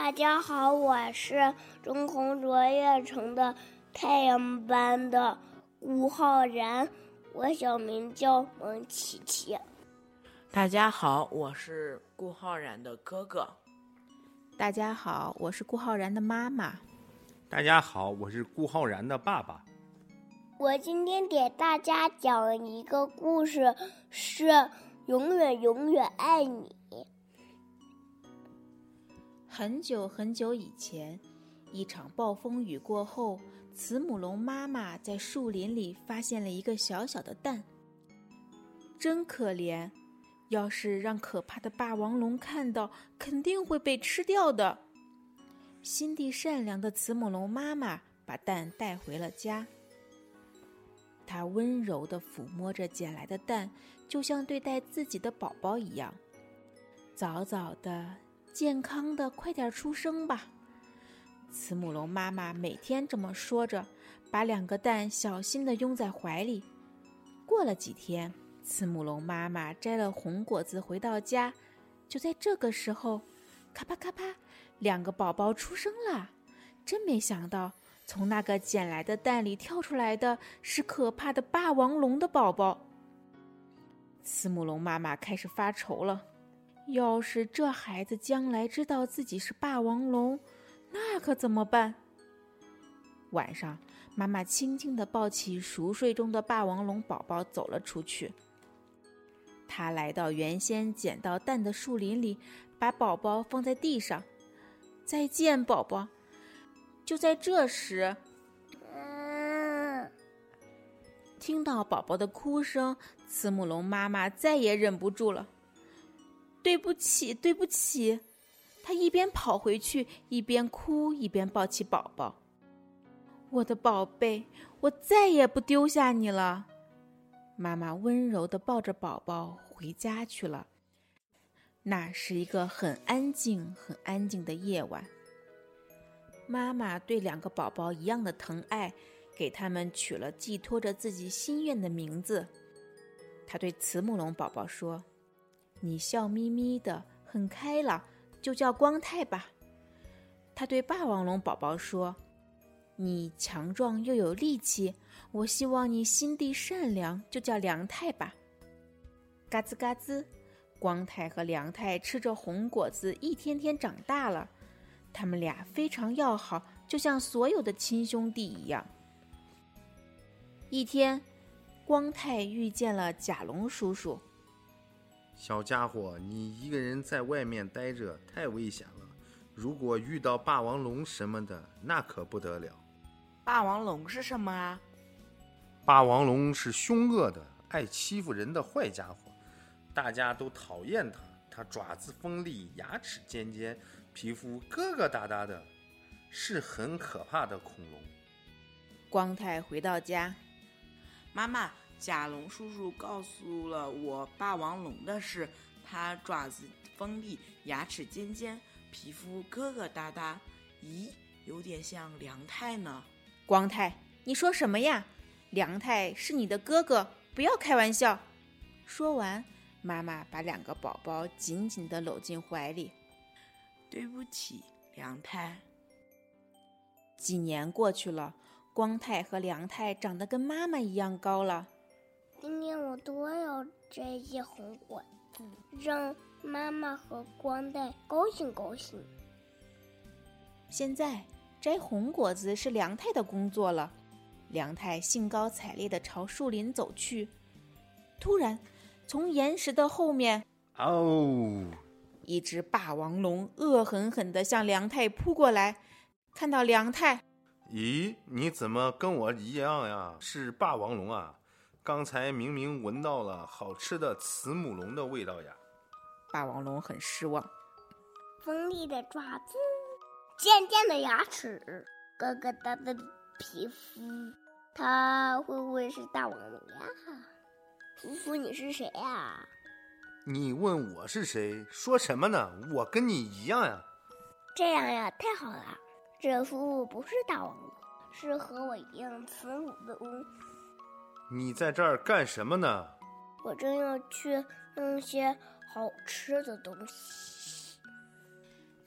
大家好，我是中红卓越城的太阳班的顾浩然，我小名叫蒙琪琪。 大家好，我是顾浩然的哥哥。 大家好，我是顾浩然的妈妈。 大家好，我是顾浩然的爸爸。 我今天给大家讲一个故事，是永远永远爱你。 很久很久以前，一场暴风雨过后，慈母龙妈妈在树林里发现了一个小小的蛋。真可怜，要是让可怕的霸王龙看到，肯定会被吃掉的。心地善良的慈母龙妈妈把蛋带回了家。她温柔地抚摸着捡来的蛋，就像对待自己的宝宝一样。早早的健康的，快点出生吧！慈母龙妈妈每天这么说着，把2个蛋小心地拥在怀里。过了几天，慈母龙妈妈摘了红果子回到家，就在这个时候，咔啪咔啪，2个宝宝出生了。真没想到，从那个捡来的蛋里跳出来的是可怕的霸王龙的宝宝。慈母龙妈妈开始发愁了。要是这孩子将来知道自己是霸王龙，那可怎么办？晚上，妈妈轻轻地抱起熟睡中的霸王龙宝宝走了出去。她来到原先捡到蛋的树林里，把宝宝放在地上。再见，宝宝。就在这时，听到宝宝的哭声，慈母龙妈妈再也忍不住了。对不起，对不起！她一边跑回去，一边哭，一边抱起宝宝。我的宝贝，我再也不丢下你了。妈妈温柔地抱着宝宝回家去了。那是一个很安静、很安静的夜晚。妈妈对2个宝宝一样的疼爱，给他们取了寄托着自己心愿的名字。她对慈母龙宝宝说：“你笑眯眯的，很开朗，就叫光太吧。”他对霸王龙宝宝说：“你强壮又有力气，我希望你心地善良，就叫良太吧。”嘎吱嘎吱，光太和良太吃着红果子，一天天长大了。他们俩非常要好，就像所有的亲兄弟一样。一天，光太遇见了甲龙叔叔。 小家伙，你一个人在外面待着太危险了，如果遇到霸王龙什么的，那可不得了。 霸王龙是什么啊？ 霸王龙是凶恶的、爱欺负人的坏家伙，大家都讨厌它。它爪子锋利，牙齿尖尖，皮肤疙疙瘩瘩的，是很可怕的恐龙。 光太回到家， 妈妈，甲龙叔叔告诉了我霸王龙的事，它爪子锋利，牙齿尖尖，皮肤疙疙瘩瘩。咦，有点像良太呢。 光太，你说什么呀？良太是你的哥哥，不要开玩笑。说完，妈妈把2个宝宝紧紧地搂进怀里。 对不起，良太。 几年过去了，光太和良太长得跟妈妈一样高了。 今天我多要摘些红果子，让妈妈和光太高兴高兴。 现在摘红果子是良太的工作了。良太兴高采烈地朝树林走去。突然，从岩石的后面，一只霸王龙恶狠狠地向良太扑过来。看到良太， 咦，你怎么跟我一样呀？是霸王龙啊！刚才明明闻到了好吃的慈母龙的味道呀。 霸王龙很失望。 锋利的爪子，尖尖的牙齿，疙疙瘩瘩的皮肤，它会不会是大王龙呀？叔叔，你是谁呀？ 你问我是谁？说什么呢？我跟你一样呀。 这样呀，太好了。这叔叔不是大王龙，是和我一样慈母龙。 你在这儿干什么呢？ 我正要去弄些好吃的东西。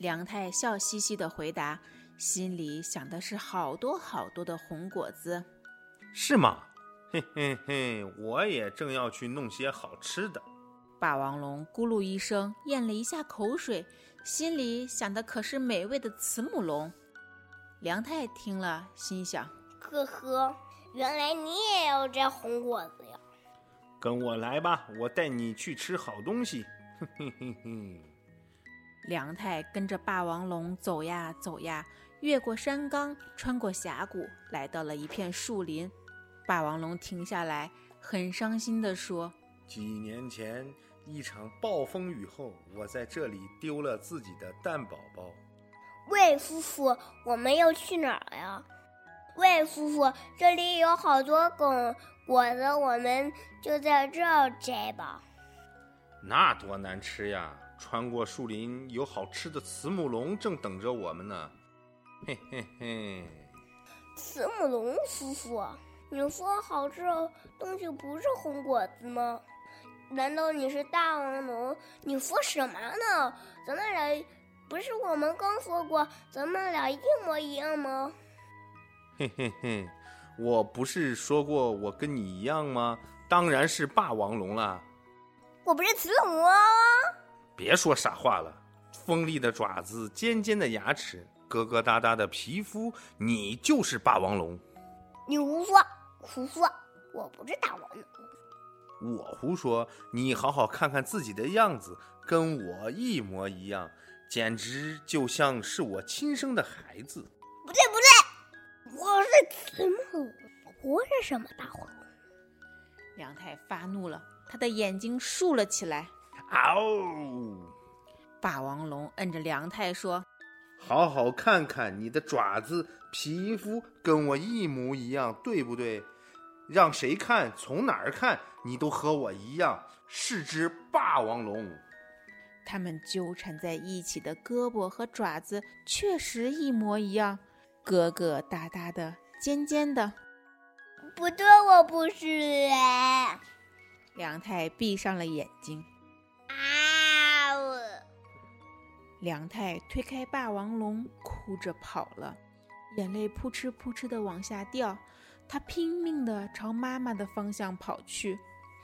梁太笑嘻嘻地回答，心里想的是好多好多的红果子。 是吗？嘿嘿嘿，我也正要去弄些好吃的。 霸王龙咕噜一声咽了一下口水，心里想的可是美味的慈母龙。梁太听了，心想： 呵呵，原来你也要摘红果子呀！ 跟我来吧，我带你去吃好东西。嘿嘿嘿嘿。 梁太跟着霸王龙走呀走呀，越过山岗，穿过峡谷，来到了一片树林。霸王龙停下来，很伤心地说： 几年前一场暴风雨后，我在这里丢了自己的蛋宝宝。 喂，夫妇，我们要去哪儿呀？喂，夫妇，这里有好多果子，我们就在这儿摘吧。 那多难吃呀！穿过树林，有好吃的慈母龙正等着我们呢。嘿嘿嘿。 慈母龙夫妇，你说好吃的东西不是红果子吗？难道你是大王龙？你说什么呢？咱们俩不是我们刚说过咱们俩一模一样吗？ 嘿嘿嘿，我不是说过我跟你一样吗？当然是霸王龙啦。 我不是慈母啊！ 别说傻话了，锋利的爪子，尖尖的牙齿，疙疙瘩瘩的皮肤，你就是霸王龙。 你胡说，胡说，我不是大王龙。 我胡说，你好好看看自己的样子，跟我一模一样，简直就像是我亲生的孩子。 不对不对，我是慈母，我不是什么大王龙。 梁太发怒了，他的眼睛竖了起来。 嗷！ 霸王龙摁着梁太说： 好好看看你的爪子，皮肤跟我一模一样，对不对？让谁看，从哪儿看，你都和我一样，是只霸王龙。 他们纠缠在一起的胳膊和爪子确实一模一样，疙疙瘩瘩的，尖尖的。 不对，我不是。 梁太闭上了眼睛。梁太推开霸王龙，哭着跑了，眼泪扑哧扑哧地往下掉。他拼命地朝妈妈的方向跑去。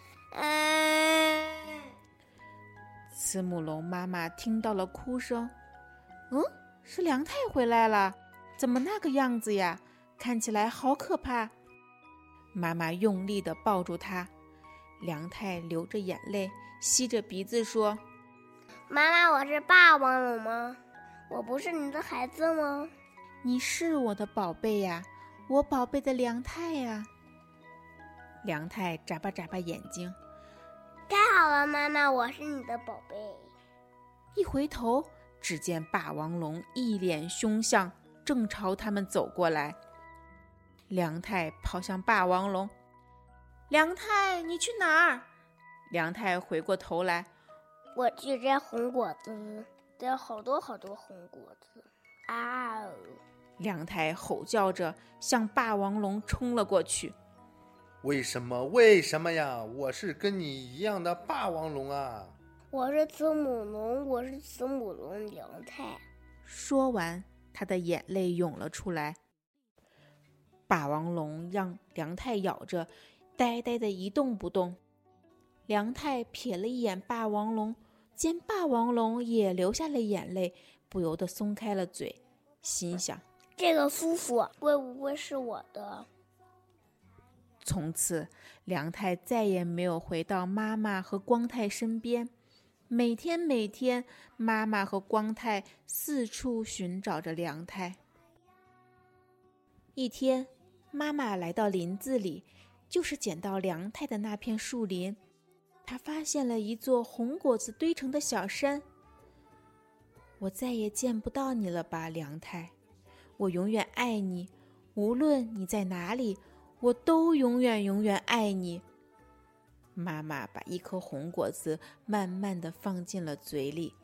慈母龙妈妈听到了哭声，是梁太回来了，怎么那个样子呀？看起来好可怕。妈妈用力地抱住他，梁太流着眼泪，吸着鼻子说： 妈妈，我是霸王龙吗？我不是你的孩子吗？ 你是我的宝贝呀，我宝贝的梁太呀。梁太眨巴眨巴眼睛。 太好了，妈妈，我是你的宝贝。 一回头，只见霸王龙一脸凶相，正朝他们走过来。梁太跑向霸王龙：梁太，你去哪儿？梁太回过头来： 我去摘红果子，摘好多好多红果子。 梁太吼叫着向霸王龙冲了过去。 为什么呀？我是跟你一样的霸王龙啊！ 我是慈母龙，我是慈母龙梁太。 说完，他的眼泪涌了出来。霸王龙让梁太咬着，呆呆的一动不动。梁太瞥了一眼霸王龙，见霸王龙也流下了眼泪，不由得松开了嘴，心想： 这个夫妇会不会是我的？ 从此，梁太再也没有回到妈妈和光太身边。每天，妈妈和光太四处寻找着梁太。一天，妈妈来到林子里，就是捡到梁太的那片树林。她发现了一座红果子堆成的小山。我再也见不到你了吧，梁太？我永远爱你，无论你在哪里，我都永远爱你。妈妈把一颗红果子慢慢地放进了嘴里，